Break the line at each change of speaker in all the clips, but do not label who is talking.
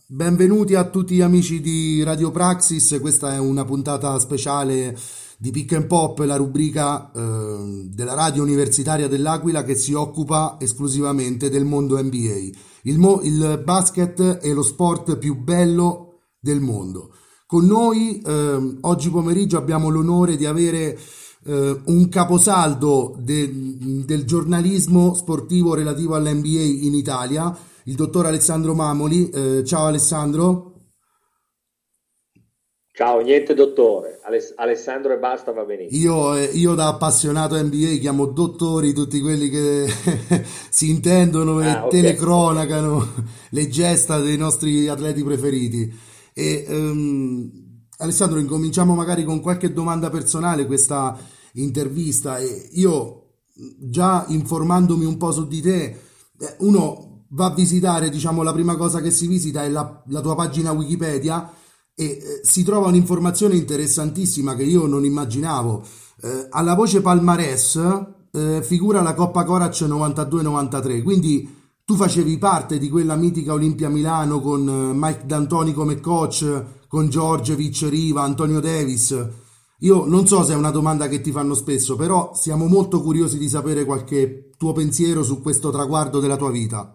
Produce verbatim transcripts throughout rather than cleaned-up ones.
Benvenuti a tutti gli amici di Radio Praxis, questa è una puntata speciale di Pick and Pop, la rubrica eh, della radio universitaria dell'Aquila che si occupa esclusivamente del mondo N B A. Il, mo- il basket è lo sport più bello del mondo. Con noi eh, oggi pomeriggio abbiamo l'onore di avere eh, un caposaldo de- del giornalismo sportivo relativo all'N B A in Italia, il dottor Alessandro Mamoli. Eh, ciao Alessandro.
Ciao, niente dottore, Aless- Alessandro e basta va benissimo.
Io, eh, io da appassionato N B A chiamo dottori tutti quelli che si intendono e
Ah, ok, ok.
telecronacano le gesta dei nostri atleti preferiti. E, ehm, Alessandro, incominciamo magari con qualche domanda personale questa intervista. E io, già informandomi un po' su di te, eh, uno va a visitare, diciamo, la prima cosa che si visita è la, la tua pagina Wikipedia e eh, si trova un'informazione interessantissima che io non immaginavo. Eh, alla voce palmarès eh, figura la Coppa Corac novantadue novantatré, quindi tu facevi parte di quella mitica Olimpia Milano con eh, Mike D'Antoni come coach, con Djordjevic, Riva, Antonio Davis. Io non so se è una domanda che ti fanno spesso, però siamo molto curiosi di sapere qualche tuo pensiero su questo traguardo della tua vita.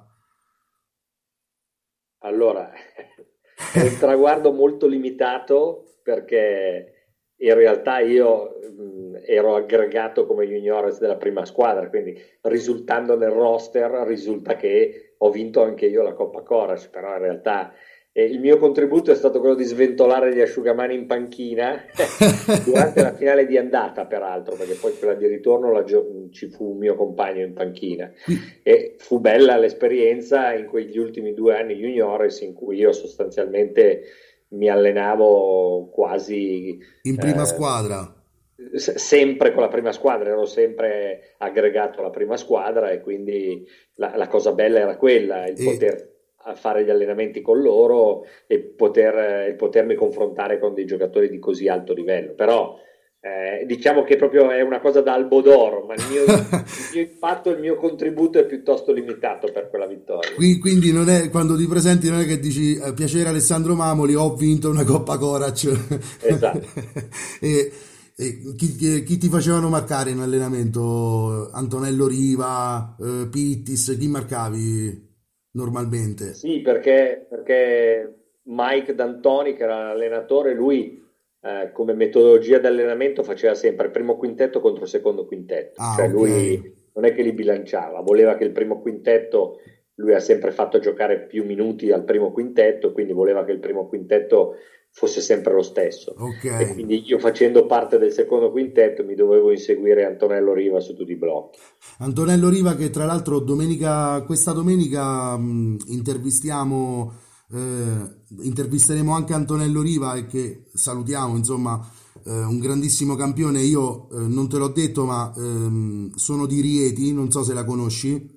Allora, è un traguardo molto limitato perché in realtà io mh, ero aggregato come juniores della prima squadra, quindi risultando nel roster risulta che ho vinto anche io la Coppa Corac, però in realtà eh, il mio contributo è stato quello di sventolare gli asciugamani in panchina durante la finale di andata, peraltro, perché poi quella di ritorno la gio- ci fu un mio compagno in panchina.
Qui,
E fu bella l'esperienza in quegli ultimi due anni juniores in cui io sostanzialmente mi allenavo quasi
in prima
eh,
squadra.
se- sempre con la prima squadra, ero sempre aggregato alla prima squadra e quindi la, la cosa bella era quella, il
E
poter fare gli allenamenti con loro e poter, e potermi confrontare con dei giocatori di così alto livello. Però eh, diciamo che proprio è una cosa da albodoro, ma il mio, il mio impatto, il mio contributo è piuttosto limitato per quella vittoria.
Qui- quindi non è, quando ti presenti non è che dici eh, piacere Alessandro Mamoli, ho vinto una Coppa Corac.
Esatto.
e, e chi, chi- chi ti facevano marcare in allenamento? Antonello Riva, eh, Pittis, chi marcavi normalmente?
Sì, perché, perché Mike D'Antoni, che era l'allenatore, lui eh, come metodologia di allenamento faceva sempre primo quintetto contro secondo quintetto,
Ah,
cioè
ok.
lui non è che li bilanciava, voleva che il primo quintetto, lui ha sempre fatto giocare più minuti al primo quintetto, quindi voleva che il primo quintetto fosse sempre lo stesso.
Ok.
E quindi io facendo parte del secondo quintetto mi dovevo inseguire Antonello Riva su tutti i blocchi.
Antonello Riva che tra l'altro domenica, questa domenica mh, intervistiamo, eh, intervisteremo anche Antonello Riva e che salutiamo, insomma, eh, un grandissimo campione. Io eh, non te l'ho detto, ma ehm, sono di Rieti, non so se la conosci.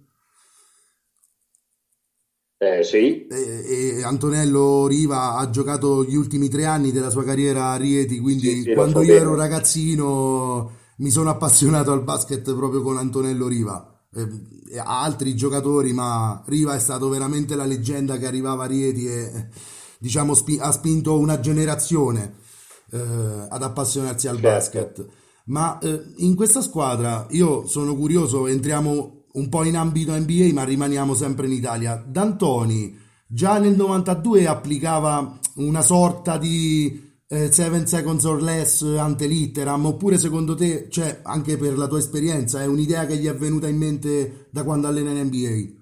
Eh, sì,
E, e Antonello Riva ha giocato gli ultimi tre anni della sua carriera a Rieti,
sì,
quindi
sì, lo
quando
so
io ero
bene.
ragazzino mi sono appassionato al basket proprio con Antonello Riva. Eh, e a altri giocatori, ma Riva è stato veramente la leggenda che arrivava a Rieti e diciamo spi- ha spinto una generazione eh, ad appassionarsi al
Certo.
basket. Ma eh, in questa squadra io sono curioso, entriamo un po' in ambito N B A, ma rimaniamo sempre in Italia. D'Antoni già nel novantadue applicava una sorta di eh, seven seconds or less ante litteram, oppure secondo te, cioè anche per la tua esperienza, è un'idea che gli è venuta in mente da quando allena in N B A?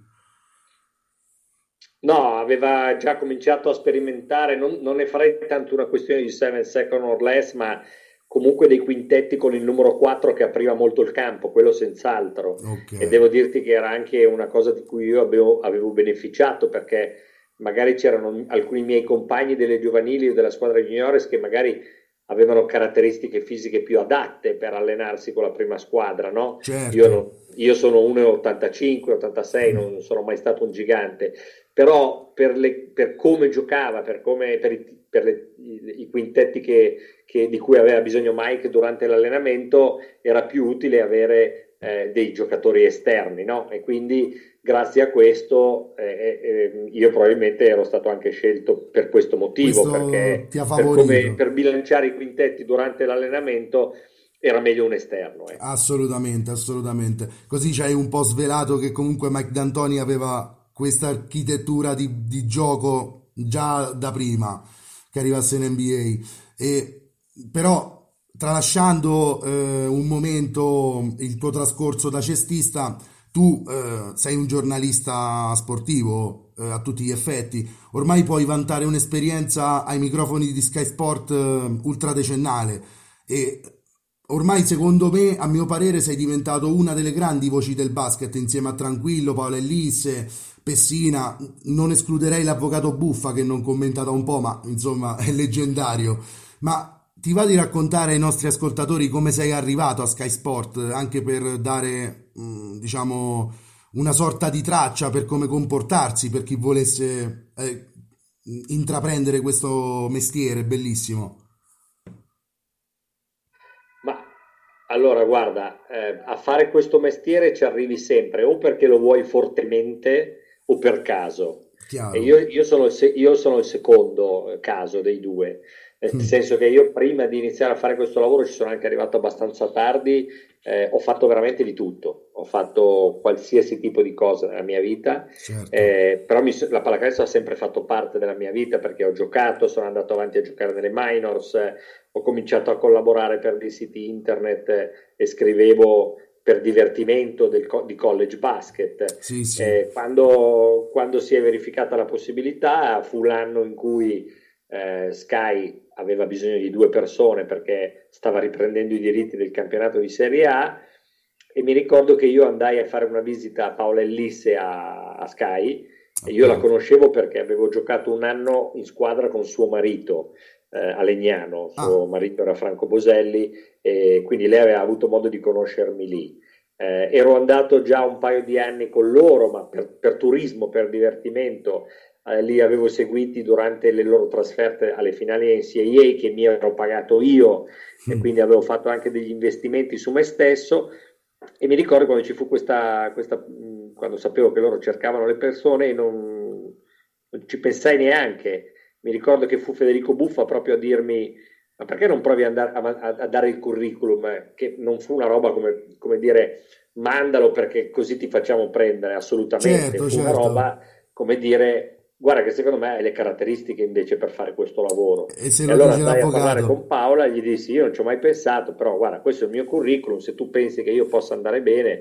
No, aveva già cominciato a sperimentare, non, non ne farei tanto una questione di seven second or less, ma comunque dei quintetti con il numero quattro che apriva molto il campo, quello senz'altro.
Ok,
E devo dirti che era anche una cosa di cui io avevo, avevo beneficiato perché magari c'erano alcuni miei compagni delle giovanili o della squadra juniores che magari avevano caratteristiche fisiche più adatte per allenarsi con la prima squadra, no? Io,
certo.
non- io sono uno virgola ottantacinque, ottantasei, non sono mai stato un gigante, però per, le- per come giocava, per, come, per, i, per le- i- i quintetti che, che- di cui aveva bisogno Mike durante l'allenamento, era più utile avere eh, dei giocatori esterni, no? E quindi grazie a questo eh, eh, io probabilmente ero stato anche scelto per questo motivo,
Questo ti
perché
ha
per, come,
favorito.
per bilanciare i quintetti durante l'allenamento era meglio un esterno, ecco.
Assolutamente, assolutamente. Così ci hai un po' svelato che comunque Mike D'Antoni aveva questa architettura di, di gioco già da prima che arrivasse in N B A. E, però, tralasciando eh, un momento il tuo trascorso da cestista, tu eh, sei un giornalista sportivo eh, a tutti gli effetti. Ormai puoi vantare un'esperienza ai microfoni di Sky Sport eh, ultradecennale e ormai secondo me, a mio parere, sei diventato una delle grandi voci del basket insieme a Tranquillo, Paola Ellis, Pessina. Non escluderei l'avvocato Buffa che non commenta da un po', ma insomma è leggendario. Ma ti va di raccontare ai nostri ascoltatori come sei arrivato a Sky Sport, anche per dare, mh, diciamo, una sorta di traccia per come comportarsi per chi volesse eh, intraprendere questo mestiere bellissimo?
Ma allora, guarda, eh, a fare questo mestiere ci arrivi sempre o perché lo vuoi fortemente o per caso. E
Chiaro.
io, io sono il, se- io sono il secondo caso dei due, nel senso che io prima di iniziare a fare questo lavoro ci sono anche arrivato abbastanza tardi, eh, ho fatto veramente di tutto, ho fatto qualsiasi tipo di cosa nella mia vita,
Certo.
eh, però mi so- la pallacanestro ha sempre fatto parte della mia vita perché ho giocato, sono andato avanti a giocare nelle minors, eh, ho cominciato a collaborare per dei siti internet eh, e scrivevo per divertimento del co- di college basket.
Sì, sì.
Eh, quando, quando si è verificata la possibilità, fu l'anno in cui eh, Sky aveva bisogno di due persone perché stava riprendendo i diritti del campionato di Serie A e mi ricordo che io andai a fare una visita a Paola Ellis a, a Sky e
Ok.
io la conoscevo perché avevo giocato un anno in squadra con suo marito eh, a Legnano,
Ah,
suo marito era Franco Boselli e quindi lei aveva avuto modo di conoscermi lì. Eh, ero andato già un paio di anni con loro, ma per, per turismo, per divertimento, eh, li avevo seguiti durante le loro trasferte alle finali N C A A che mi ero pagato io e quindi avevo fatto anche degli investimenti su me stesso e mi ricordo quando ci fu questa, questa mh, quando sapevo che loro cercavano le persone e non, non ci pensai neanche. Mi ricordo che fu Federico Buffa proprio a dirmi ma perché non provi ad andare a, a, a dare il curriculum? Eh, Che non fu una roba come, come dire mandalo perché così ti facciamo prendere, assolutamente.
certo,
Fu una
certo.
roba come dire guarda che secondo me hai le caratteristiche invece per fare questo lavoro.
E se
E
lo
allora
dice
andai a parlare
l'avvocato?
con Paola e gli dissi io non ci ho mai pensato, però guarda questo è il mio curriculum, se tu pensi che io possa andare bene,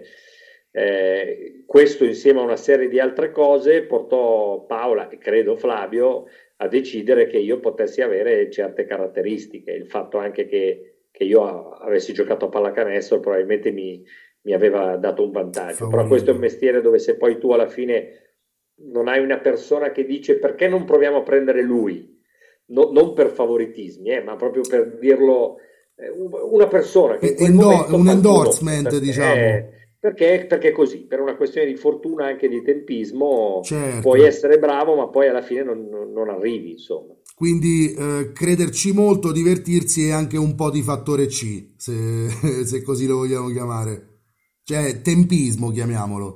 eh, questo insieme a una serie di altre cose portò Paola e credo Flavio a decidere che io potessi avere certe caratteristiche. Il fatto anche che, che io avessi giocato a pallacanestro probabilmente mi, mi aveva dato un vantaggio. Però questo è
Favorito.
un mestiere dove se poi tu alla fine non hai una persona che dice perché non proviamo a prendere lui, no, non per favoritismi, eh, ma proprio per dirlo, eh, una persona che
E-
in quel
endo-
momento
un
fa il tuo nome,
endorsement, diciamo.
perché, perché, perché è così, per una questione di fortuna anche di tempismo,
Certo.
puoi essere bravo, ma poi alla fine non, non- non arrivi, insomma.
Quindi eh, crederci molto, divertirsi e anche un po' di fattore C, se, se così lo vogliamo chiamare. Cioè, tempismo, chiamiamolo.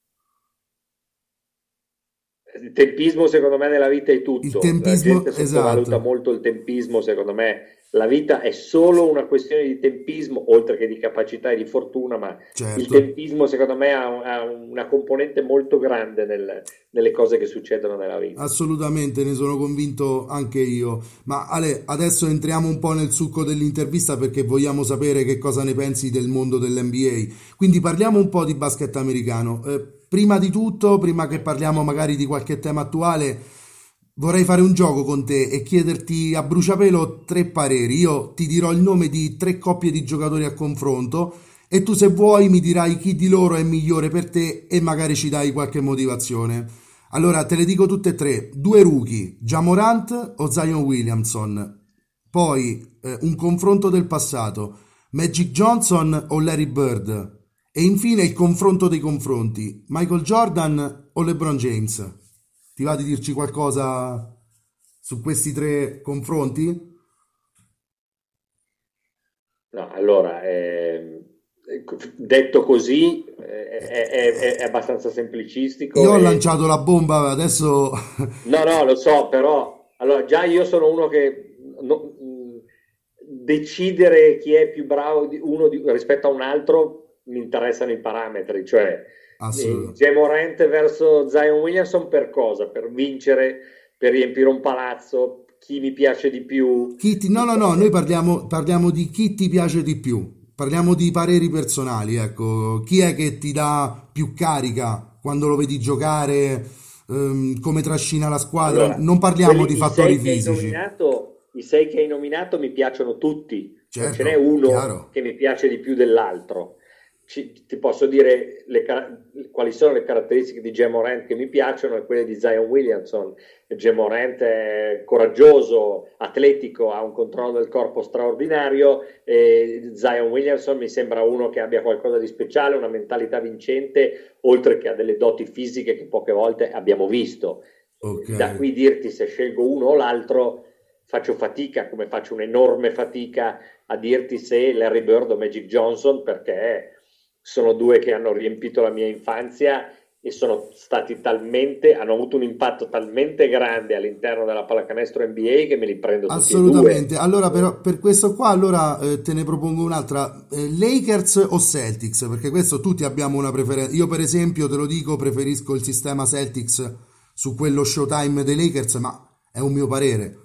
Il tempismo secondo me nella vita è
Il
tutto, la gente
tempismo,
sottovaluta
esatto,
molto il tempismo, secondo me la vita è solo una questione di tempismo, oltre che di capacità e di fortuna, ma il
certo.
tempismo secondo me ha, ha una componente molto grande nel- nelle cose che succedono nella vita.
Assolutamente, ne sono convinto anche io. Ma Ale, adesso entriamo un po' nel succo dell'intervista perché vogliamo sapere che cosa ne pensi del mondo dell'N B A. Quindi parliamo un po' di basket americano. Eh, prima di tutto, prima che parliamo magari di qualche tema attuale, vorrei fare un gioco con te e chiederti a bruciapelo tre pareri. Io ti dirò il nome di tre coppie di giocatori a confronto e tu se vuoi mi dirai chi di loro è migliore per te e magari ci dai qualche motivazione. Allora, te le dico tutte e tre. Due rookie, Ja Morant o Zion Williamson. Poi eh, un confronto del passato, Magic Johnson o Larry Bird. E infine il confronto dei confronti, Michael Jordan o LeBron James. Ti va di dirci qualcosa su questi tre confronti?
No, allora, ehm, detto così è, è- è- è abbastanza semplicistico
Io ho
e
lanciato la bomba, adesso
no, no, lo so, però allora già io sono uno che no- mh, decidere chi è più bravo di uno di- rispetto a un altro mi interessano i parametri, cioè eh,
assolutamente.
Jay Morant verso Zion Williamson per cosa? Per vincere, per riempire un palazzo, chi mi piace di più.
Chi ti- No, no, no, noi parliamo, parliamo di chi ti piace di più. Parliamo di pareri personali, ecco. Chi è che ti dà più carica quando lo vedi giocare, ehm, come trascina la squadra?
Allora,
Non parliamo di
quelli, i
fattori
sei che hai
fisici.
nominato, i sei che hai nominato mi piacciono tutti, non ce n'è
Certo,
uno
chiaro.
che mi piace di più dell'altro. Ci- ti posso dire le ca- quali sono le caratteristiche di Jay Morant che mi piacciono e quelle di Zion Williamson. Jay Morant è coraggioso, atletico, ha un controllo del corpo straordinario e Zion Williamson mi sembra uno che abbia qualcosa di speciale, una mentalità vincente, oltre che a delle doti fisiche che poche volte abbiamo visto.
Ok.
Da qui dirti se scelgo uno o l'altro, faccio fatica, come faccio un'enorme fatica a dirti se Larry Bird o Magic Johnson, perché sono due che hanno riempito la mia infanzia e sono stati talmente, hanno avuto un impatto talmente grande all'interno della pallacanestro N B A che me li prendo tutti e due.
Assolutamente. Allora, però, per questo qua, allora eh, te ne propongo un'altra. Eh, Lakers o Celtics? Perché questo tutti abbiamo una preferenza. Io, per esempio, te lo dico, preferisco il sistema Celtics su quello Showtime dei Lakers, ma è un mio parere.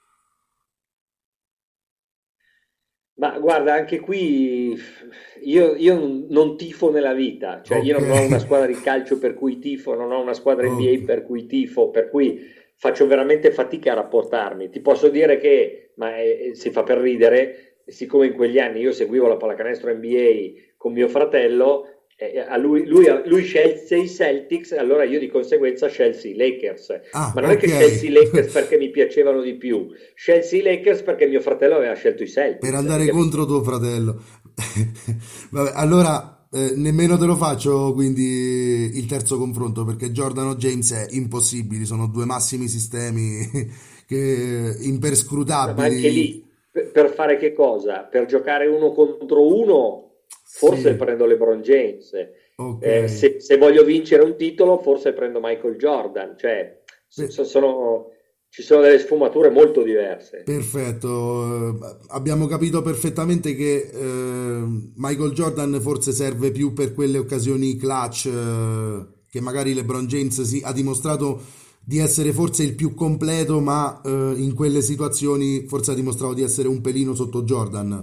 Ma guarda, anche qui io, io non non tifo nella vita, cioè io
Ok,
non ho una squadra di calcio per cui tifo, non ho una squadra N B A
ok.
per cui tifo, per cui faccio veramente fatica a rapportarmi. Ti posso dire che, ma è- si fa per ridere, siccome in quegli anni io seguivo la pallacanestro N B A con mio fratello, eh, a lui, lui, lui scelse i Celtics, allora io di conseguenza scelsi i Lakers.
Ah,
Ma non è
ok.
che scelsi i Lakers perché mi piacevano di più, scelsi i Lakers perché mio fratello aveva scelto i
Per
Celtics, hai
andare
capito?
contro tuo fratello. Vabbè, allora eh, nemmeno te lo faccio quindi il terzo confronto perché Jordan o James è impossibile, sono due massimi sistemi che
Ma ma anche
imperscrutabili.
lì, per, per fare che cosa? Per giocare uno contro uno, forse
Sì,
prendo LeBron James.
ok.
Eh, se, se voglio vincere un titolo, forse prendo Michael Jordan. Cioè, so-
Pe-
so- sono- ci sono delle sfumature molto diverse.
Perfetto, eh, abbiamo capito perfettamente che eh, Michael Jordan forse serve più per quelle occasioni clutch eh, che magari LeBron James sì, ha dimostrato di essere forse il più completo, ma eh, in quelle situazioni forse ha dimostrato di essere un pelino sotto Jordan.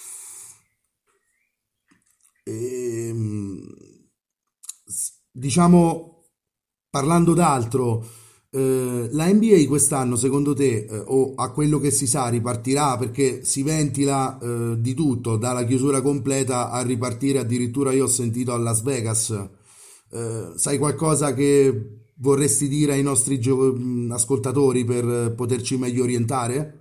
Ehm, s- diciamo, parlando d'altro, eh, la N B A quest'anno, secondo te, eh, o a quello che si sa, ripartirà perché si ventila eh, di tutto, dalla chiusura completa a ripartire, addirittura io ho sentito a Las Vegas. Eh, sai qualcosa che vorresti dire ai nostri gio- mh, ascoltatori per eh, poterci meglio orientare?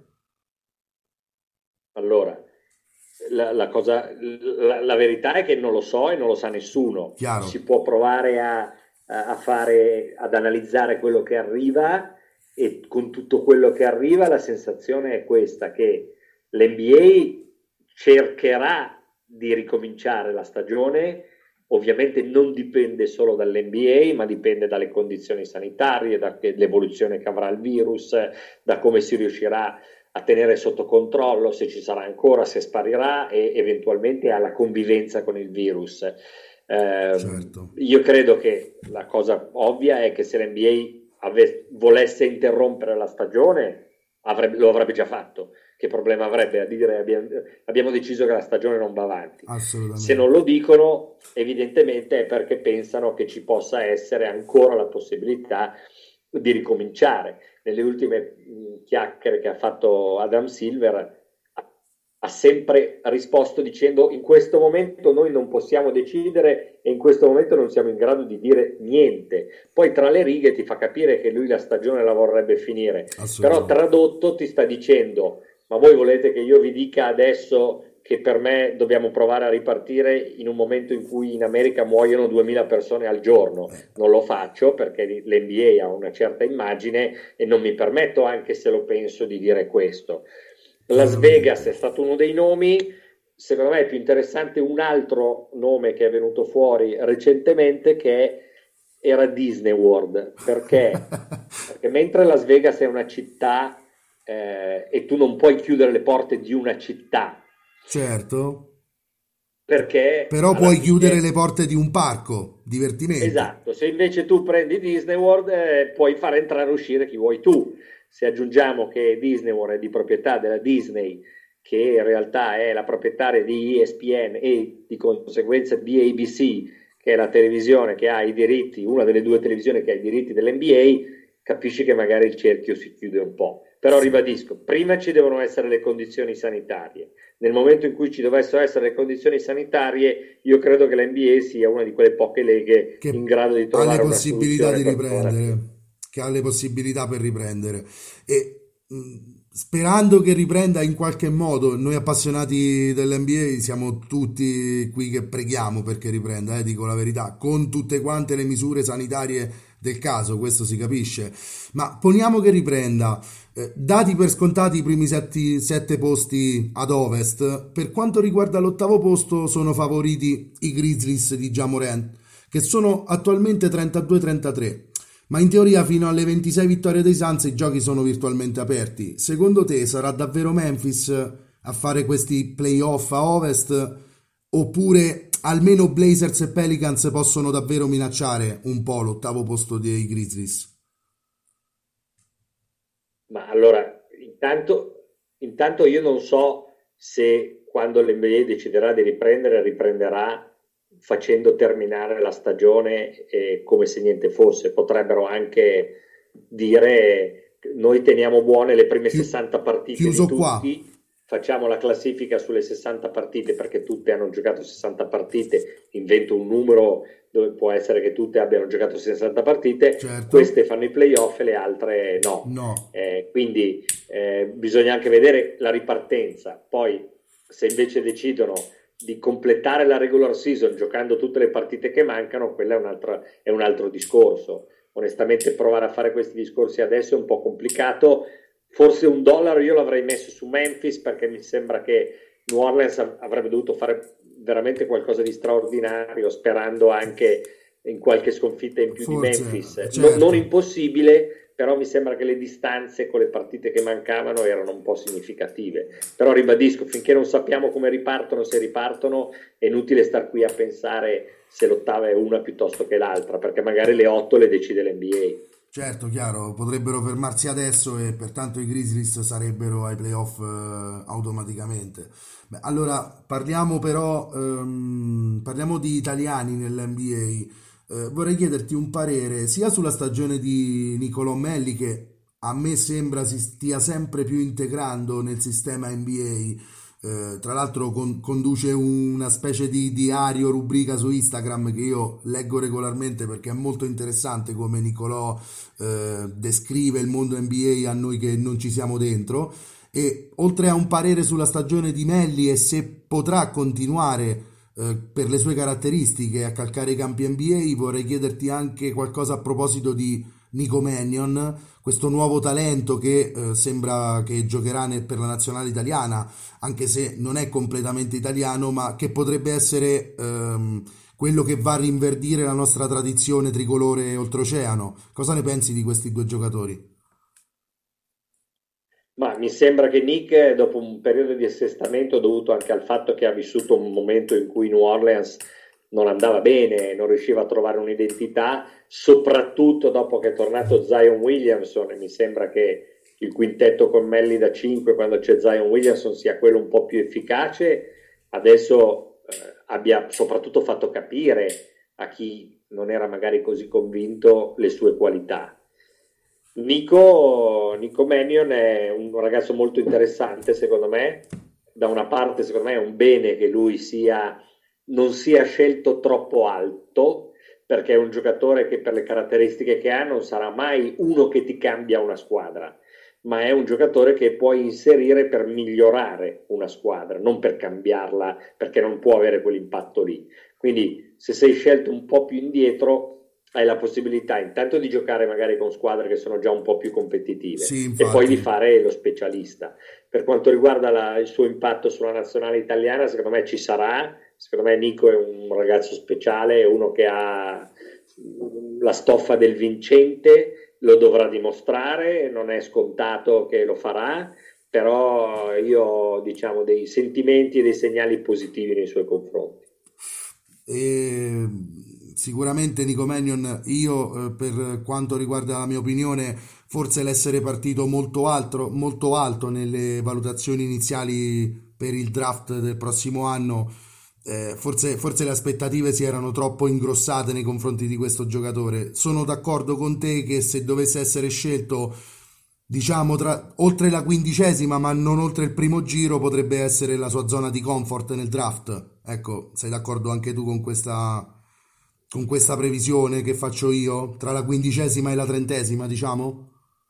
Allora, la, la cosa, la, la verità è che non lo so e non lo sa nessuno.
Chiaro,
Si può provare a, a a fare, ad analizzare quello che arriva e con tutto quello che arriva la sensazione è questa, che l'N B A cercherà di ricominciare la stagione, ovviamente non dipende solo dall'N B A, ma dipende dalle condizioni sanitarie, dall'evoluzione che avrà il virus, da come si riuscirà a tenere sotto controllo, se ci sarà ancora, se sparirà e eventualmente alla convivenza con il virus. Eh,
certo.
io credo che la cosa ovvia è che se l'N B A ave- volesse interrompere la stagione, avrebbe- lo avrebbe già fatto. Che problema avrebbe a dire abbiamo, abbiamo deciso che la stagione non va avanti? Se non
Assolutamente.
lo dicono, evidentemente è perché pensano che ci possa essere ancora la possibilità di ricominciare. Nelle ultime mh, chiacchiere che ha fatto Adam Silver ha, ha sempre risposto dicendo in questo momento noi non possiamo decidere e in questo momento non siamo in grado di dire niente. Poi tra le righe ti fa capire che lui la stagione la vorrebbe finire, però
Assolutamente.
tradotto ti sta dicendo ma voi volete che io vi dica adesso che per me dobbiamo provare a ripartire in un momento in cui in America muoiono duemila persone al giorno? Non lo faccio perché l'N B A ha una certa immagine e non mi permetto, anche se lo penso, di dire questo. Las Vegas
Chiaramente.
è stato uno dei nomi, secondo me è più interessante un altro nome che è venuto fuori recentemente, che era Disney World. Perché? Perché mentre Las Vegas è una città, eh, e tu non puoi chiudere le porte di una città,
Certo,
perché
però
alla
puoi chiudere
fine,
le porte di un parco, divertimenti.
esatto, se invece tu prendi Disney World, eh, puoi far entrare e uscire chi vuoi tu. Se aggiungiamo che Disney World è di proprietà della Disney, che in realtà è la proprietaria di E S P N e di conseguenza di A B C, che è la televisione che ha i diritti, una delle due televisioni che ha i diritti dell'N B A, capisci che magari il cerchio si chiude un po'. Però
Sì.
ribadisco, prima ci devono essere le condizioni sanitarie. Nel momento in cui ci dovessero essere le condizioni sanitarie, io credo che l'N B A sia una di quelle poche leghe in
Che
grado di
ha le
trovare una
possibilità
soluzione
di
per provare a finire.
riprendere, che ha le possibilità per riprendere. E mh, sperando che riprenda in qualche modo, noi appassionati dell'N B A siamo tutti qui che preghiamo perché riprenda, eh, dico la verità, con tutte quante le misure sanitarie del caso, questo si capisce. Ma poniamo che riprenda, eh, dati per scontati i primi setti- sette posti ad ovest, per quanto riguarda l'ottavo posto sono favoriti i Grizzlies di Ja Morant, che sono attualmente trentadue trentatré, ma in teoria fino alle ventisei vittorie dei Suns i giochi sono virtualmente aperti. Secondo te sarà davvero Memphis a fare questi playoff a ovest, oppure almeno Blazers e Pelicans possono davvero minacciare un po' l'ottavo posto dei Grizzlies?
Ma allora, intanto, intanto io non so se quando l'N B A deciderà di riprendere, riprenderà facendo terminare la stagione, eh, come se niente fosse. Potrebbero anche dire: noi teniamo buone le prime
Chi-
sessanta partite di
chiuso qua.
tutti, facciamo la classifica sulle sessanta partite, perché tutte hanno giocato sessanta partite, invento un numero dove può essere che tutte abbiano giocato sessanta partite,
Certo?
queste fanno i playoff e le altre no.
No.
Eh, quindi eh, bisogna anche vedere la ripartenza. Poi, se invece decidono di completare la regular season giocando tutte le partite che mancano, quello è un altro, è un altro discorso. Onestamente, provare a fare questi discorsi adesso è un po' complicato. Forse un dollaro io l'avrei messo su Memphis, perché mi sembra che New Orleans avrebbe dovuto fare veramente qualcosa di straordinario, sperando anche in qualche sconfitta in più di
Forse,
Memphis. No, non
certo.
impossibile, però mi sembra che le distanze con le partite che mancavano erano un po' significative. Però ribadisco, finché non sappiamo come ripartono, se ripartono, è inutile star qui a pensare se l'ottava è una piuttosto che l'altra, perché magari le otto le decide l'N B A.
Certo, chiaro, potrebbero fermarsi adesso e pertanto i Grizzlies sarebbero ai playoff eh, automaticamente. Beh, allora parliamo però ehm, parliamo di italiani nell'N B A. Eh, vorrei chiederti un parere sia sulla stagione di Nicolò Melli, che a me sembra si stia sempre più integrando nel sistema N B A. Eh, tra l'altro con- conduce una specie di diario, rubrica su Instagram che io leggo regolarmente perché è molto interessante come Nicolò eh, descrive il mondo N B A a noi che non ci siamo dentro. E oltre a un parere sulla stagione di Melli e se potrà continuare eh, per le sue caratteristiche a calcare i campi N B A, vorrei chiederti anche qualcosa a proposito di Nico Mannion, questo nuovo talento che eh, sembra che giocherà nel- per la nazionale italiana, anche se non è completamente italiano, ma che potrebbe essere ehm, quello che va a rinverdire la nostra tradizione tricolore oltreoceano. Cosa ne pensi di questi due giocatori?
Ma mi sembra che Nick, dopo un periodo di assestamento dovuto anche al fatto che ha vissuto un momento in cui New Orleans non andava bene, non riusciva a trovare un'identità, soprattutto dopo che è tornato Zion Williamson, e mi sembra che il quintetto con Melli da cinque, quando c'è Zion Williamson, sia quello un po' più efficace. Adesso eh, abbia soprattutto fatto capire a chi non era magari così convinto le sue qualità. Nico, Nico Mannion è un ragazzo molto interessante, secondo me. Da una parte, secondo me, è un bene che lui sia, non sia scelto troppo alto, perché è un giocatore che, per le caratteristiche che ha, non sarà mai uno che ti cambia una squadra, ma è un giocatore che puoi inserire per migliorare una squadra, non per cambiarla, perché non può avere quell'impatto lì. Quindi, se sei scelto un po' più indietro, hai la possibilità intanto di giocare magari con squadre che sono già un po' più competitive
Sì,
e poi di
infatti.
fare lo specialista. Per quanto riguarda la- il suo impatto sulla nazionale italiana, secondo me ci sarà. Secondo me Nico è un ragazzo speciale, è uno che ha la stoffa del vincente, lo dovrà dimostrare, non è scontato che lo farà, però io ho, diciamo, dei sentimenti e dei segnali positivi nei suoi confronti.
E sicuramente Nico Mannion, io eh, per quanto riguarda la mia opinione, forse l'essere partito molto alto, molto alto nelle valutazioni iniziali per il draft del prossimo anno, eh, forse, forse le aspettative si erano troppo ingrossate nei confronti di questo giocatore. Sono d'accordo con te che se dovesse essere scelto, diciamo, tra, oltre la quindicesima, ma non oltre il primo giro, potrebbe essere la sua zona di comfort nel draft. Ecco, sei d'accordo anche tu con questa, con questa previsione che faccio io? Tra la quindicesima e la trentesima, diciamo?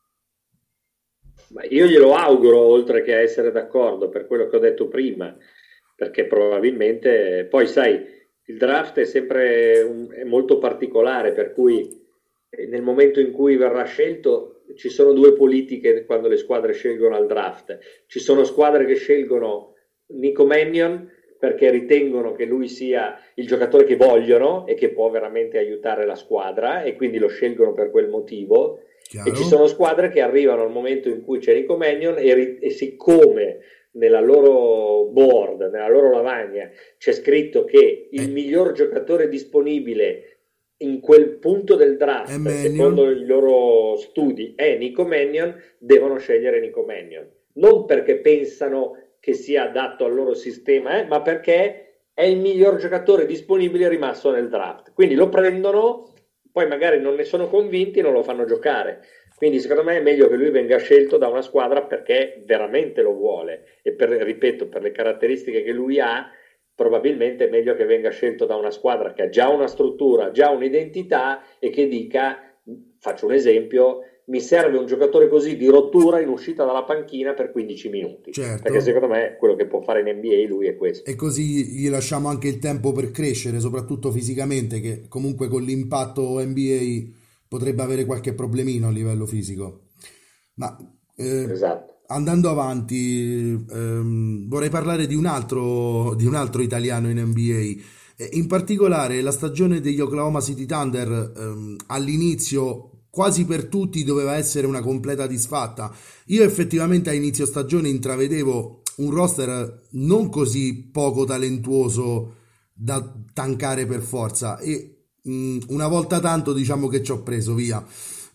Ma io glielo auguro, oltre che a essere d'accordo, per quello che ho detto prima, perché probabilmente, poi sai, il draft è sempre un- è molto particolare, per cui eh, nel momento in cui verrà scelto ci sono due politiche quando le squadre scelgono al draft. Ci sono squadre che scelgono Nico Mannion perché ritengono che lui sia il giocatore che vogliono e che può veramente aiutare la squadra e quindi lo scelgono per quel motivo. E ci sono
Chiaro?
squadre che arrivano al momento in cui c'è Nico Mannion e, ri- e siccome nella loro board, nella loro lavagna c'è scritto che il
È,
miglior giocatore disponibile in quel punto del
è
draft, secondo
Mannion?
i loro studi, è Nico Mannion, devono scegliere Nico Mannion. Non perché pensano che sia adatto al loro sistema, eh, ma perché è il miglior giocatore disponibile rimasto nel draft. Quindi lo prendono, poi magari non ne sono convinti e non lo fanno giocare. Quindi secondo me è meglio che lui venga scelto da una squadra perché veramente lo vuole e per, ripeto, per le caratteristiche che lui ha, probabilmente è meglio che venga scelto da una squadra che ha già una struttura, già un'identità e che dica, faccio un esempio, mi serve un giocatore così di rottura in uscita dalla panchina per quindici minuti, perché
Certo.
secondo me quello che può fare in N B A lui è questo.
E così gli lasciamo anche il tempo per crescere, soprattutto fisicamente, che comunque con l'impatto N B A potrebbe avere qualche problemino a livello fisico. Ma eh,
Esatto.
andando avanti, ehm, vorrei parlare di un altro, di un altro italiano in N B A. Eh, In particolare la stagione degli Oklahoma City Thunder, ehm, all'inizio quasi per tutti doveva essere una completa disfatta. Io effettivamente a inizio stagione intravedevo un roster non così poco talentuoso da tankare per forza e mh, una volta tanto diciamo che ci ho preso via.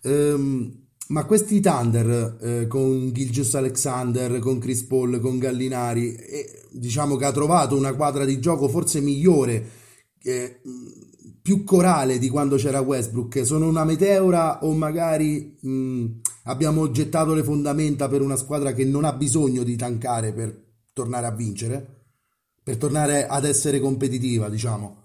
Ehm, ma questi Thunder eh, con Gilgeous Alexander, con Chris Paul, con Gallinari, eh, diciamo che ha trovato una quadra di gioco forse migliore, eh, mh, più corale di quando c'era Westbrook. Sono una meteora o magari mh, abbiamo gettato le fondamenta per una squadra che non ha bisogno di tankare per tornare a vincere, per tornare ad essere competitiva, diciamo.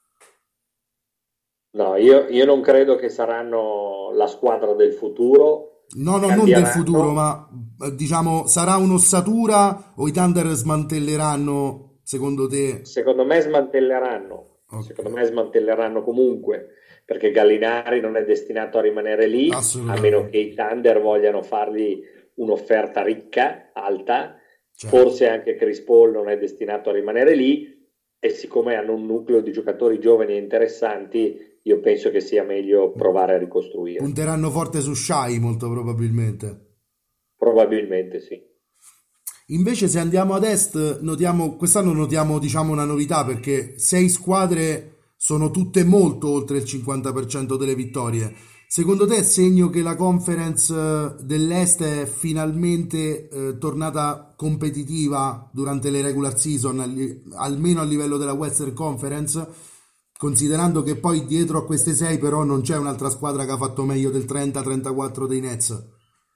No, io, io non credo che saranno la squadra del futuro,
No, no, non del futuro,
cambieranno.
ma eh, diciamo sarà un'ossatura o i Thunder smantelleranno, secondo te?
Secondo me smantelleranno,
Ok,
secondo me smantelleranno comunque, perché Gallinari non è destinato a rimanere lì, a meno che
assolutamente,
i Thunder vogliano fargli un'offerta ricca, alta,
certo.
forse anche Chris Paul non è destinato a rimanere lì, e siccome hanno un nucleo di giocatori giovani e interessanti, io penso che sia meglio provare a ricostruire.
Punteranno forte su Shai, molto probabilmente.
Probabilmente sì.
Invece se andiamo ad est, notiamo, quest'anno notiamo diciamo una novità perché sei squadre sono tutte molto oltre il cinquanta per cento delle vittorie. Secondo te è segno che la conference eh, dell'est è finalmente eh, tornata competitiva durante le regular season, al- almeno a livello della Western Conference, considerando che poi dietro a queste sei però non c'è un'altra squadra che ha fatto meglio del trenta trentaquattro dei Nets?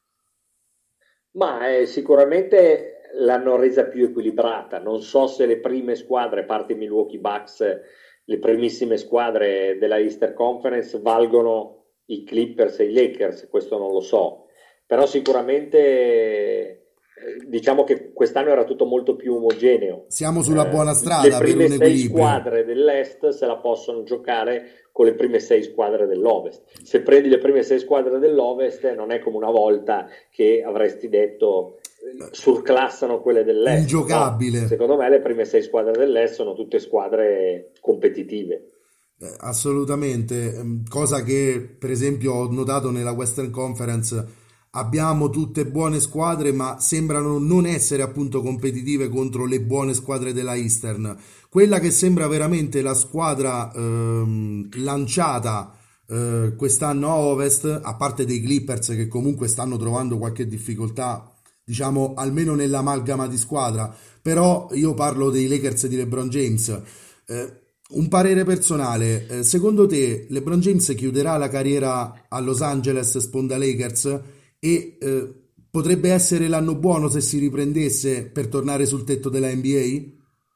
Ma eh, sicuramente l'hanno resa più equilibrata. Non so se le prime squadre, a parte i Milwaukee Bucks, le primissime squadre della Easter Conference valgono i Clippers e i Lakers, questo non lo so. Però sicuramente diciamo che quest'anno era tutto molto più omogeneo.
Siamo sulla
Eh,
buona
le
strada per
prime
un
sei
equilibrio.
squadre dell'Est se la possono giocare con le prime sei squadre dell'Ovest. Se prendi le prime sei squadre dell'Ovest non è come una volta che avresti detto eh, surclassano quelle dell'Est. No,
Ingiocabile.
secondo me le prime sei squadre dell'Est sono tutte squadre competitive.
Eh, assolutamente, Ehm, cosa che per esempio ho notato nella Western Conference, abbiamo tutte buone squadre ma sembrano non essere appunto competitive contro le buone squadre della Eastern. Quella che sembra veramente la squadra ehm, lanciata eh, quest'anno a Ovest, a parte dei Clippers che comunque stanno trovando qualche difficoltà, diciamo almeno nell'amalgama di squadra, però io parlo dei Lakers di LeBron James. Eh, un parere personale, eh, secondo te LeBron James chiuderà la carriera a Los Angeles sponda Lakers e eh, potrebbe essere l'anno buono se si riprendesse per tornare sul tetto della N B A?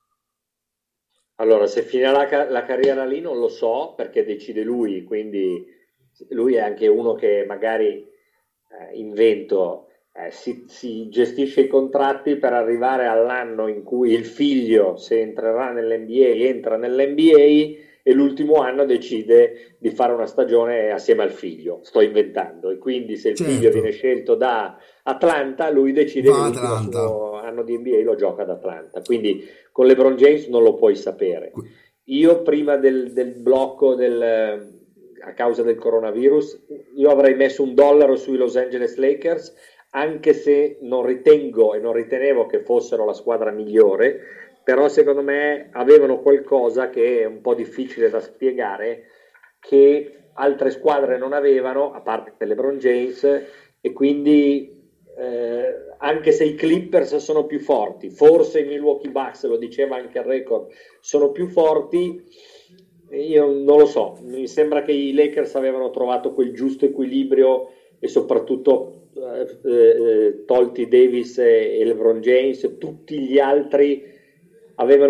Allora, se finirà la, ca- la carriera lì non lo so perché decide lui, quindi lui è anche uno che magari eh, invento, eh, si, si gestisce i contratti per arrivare all'anno in cui il figlio, se entrerà nell'N B A, entra nell'N B A e l'ultimo anno decide di fare una stagione assieme al figlio, sto inventando, e quindi se il figlio
Certo,
viene scelto da Atlanta, lui decide
va
che
a
l'ultimo
Atlanta.
suo anno di N B A lo gioca ad Atlanta, quindi con LeBron James non lo puoi sapere.
Que-
Io prima del, del blocco del, a causa del coronavirus, io avrei messo un dollaro sui Los Angeles Lakers, anche se non ritengo e non ritenevo che fossero la squadra migliore, però secondo me avevano qualcosa che è un po' difficile da spiegare, che altre squadre non avevano, a parte LeBron James, e quindi eh, anche se i Clippers sono più forti, forse i Milwaukee Bucks, lo diceva anche il record, sono più forti, io non lo so, mi sembra che i Lakers avevano trovato quel giusto equilibrio e soprattutto eh, eh, tolti Davis e, e LeBron James, tutti gli altri avevano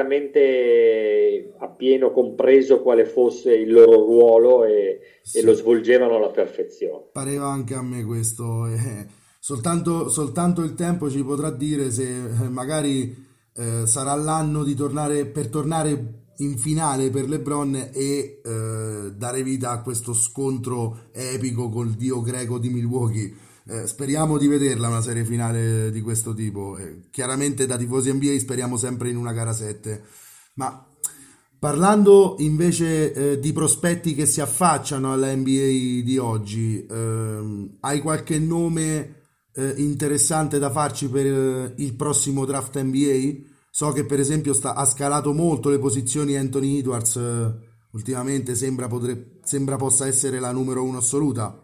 esattamente appieno compreso quale fosse il loro ruolo e, e lo
sì.
svolgevano alla perfezione.
Pareva anche a me questo. eh, soltanto, soltanto il tempo ci potrà dire se eh, magari eh, sarà l'anno di tornare per tornare in finale per LeBron e eh, dare vita a questo scontro epico col dio greco di Milwaukee. Eh, speriamo di vederla una serie finale di questo tipo. Eh, chiaramente da tifosi N B A speriamo sempre in una gara sette. Ma parlando invece eh, di prospetti che si affacciano alla N B A di oggi, ehm, hai qualche nome eh, interessante da farci per eh, il prossimo draft N B A? So che per esempio sta- ha scalato molto le posizioni Anthony Edwards, eh, ultimamente sembra, potre- sembra possa essere la numero uno assoluta.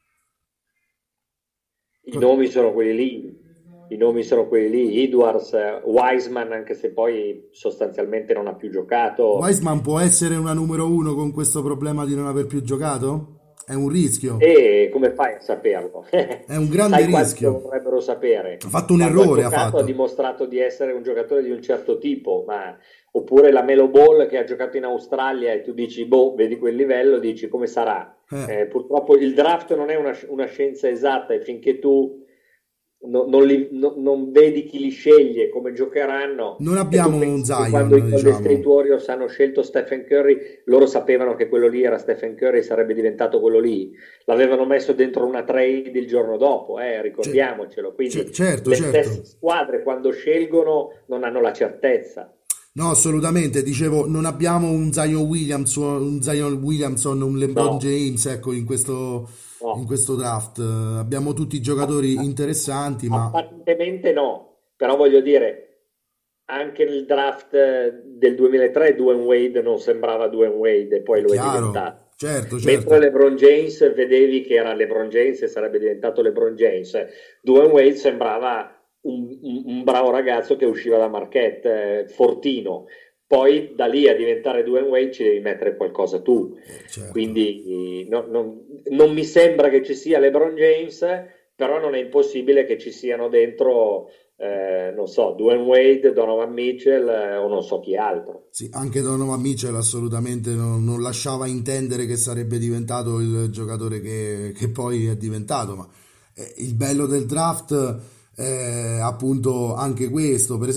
I
Co-
nomi sono quelli lì, i nomi sono quelli lì, Edwards, eh, Wiseman, anche se poi sostanzialmente non ha più giocato,
Wiseman può essere una numero uno con questo problema di non aver più giocato? È un rischio,
e come fai a saperlo?
è un grande
Sai quanti lo
rischio.
dovrebbero sapere?
Ha fatto un
Quando ha
errore, ha
giocato ha
fatto.
dimostrato di essere un giocatore di un certo tipo, ma oppure la Melo Ball che ha giocato in Australia e tu dici, boh, vedi quel livello, dici come sarà?
Eh,
Eh, purtroppo il draft non è una, una scienza esatta e finché tu no- non, li- no- non vedi chi li sceglie, come giocheranno,
non
e tu
abbiamo un
pensi che quando i
Zion,
Golden State
diciamo.
Warriors hanno scelto Stephen Curry, loro sapevano che quello lì era Stephen Curry e sarebbe diventato quello lì. L'avevano messo dentro una trade il giorno dopo, eh,
Ce-
ricordiamocelo.
ce-
Quindi
certo,
le
certo.
stesse squadre quando scelgono non hanno la certezza.
No, assolutamente. Dicevo, non abbiamo un Zion Williams, un Zion Williamson, un LeBron
No,
James, ecco, in questo, in
no.
questo draft. Eh, Abbiamo tutti giocatori interessanti, ma
Apparentemente no, però voglio dire, anche nel draft eh, del duemilatré Dwayne Wade non sembrava Dwayne Wade e poi
è
lo è
chiaro.
diventato.
Certo,
Mentre
certo.
LeBron James vedevi che era LeBron James e sarebbe diventato LeBron James, Dwayne Wade sembrava un, un- un bravo ragazzo che usciva da Marquette, eh, fortino. Poi da lì a diventare Dwayne Wade ci devi mettere qualcosa tu.
Eh, certo.
Quindi no- non, non mi sembra che ci sia LeBron James, però non è impossibile che ci siano dentro, eh, non so, Dwayne Wade, Donovan Mitchell eh, o non so chi altro.
Sì, anche Donovan Mitchell assolutamente non, non lasciava intendere che sarebbe diventato il giocatore che, che poi è diventato, ma eh, il bello del draft eh, appunto anche questo. Per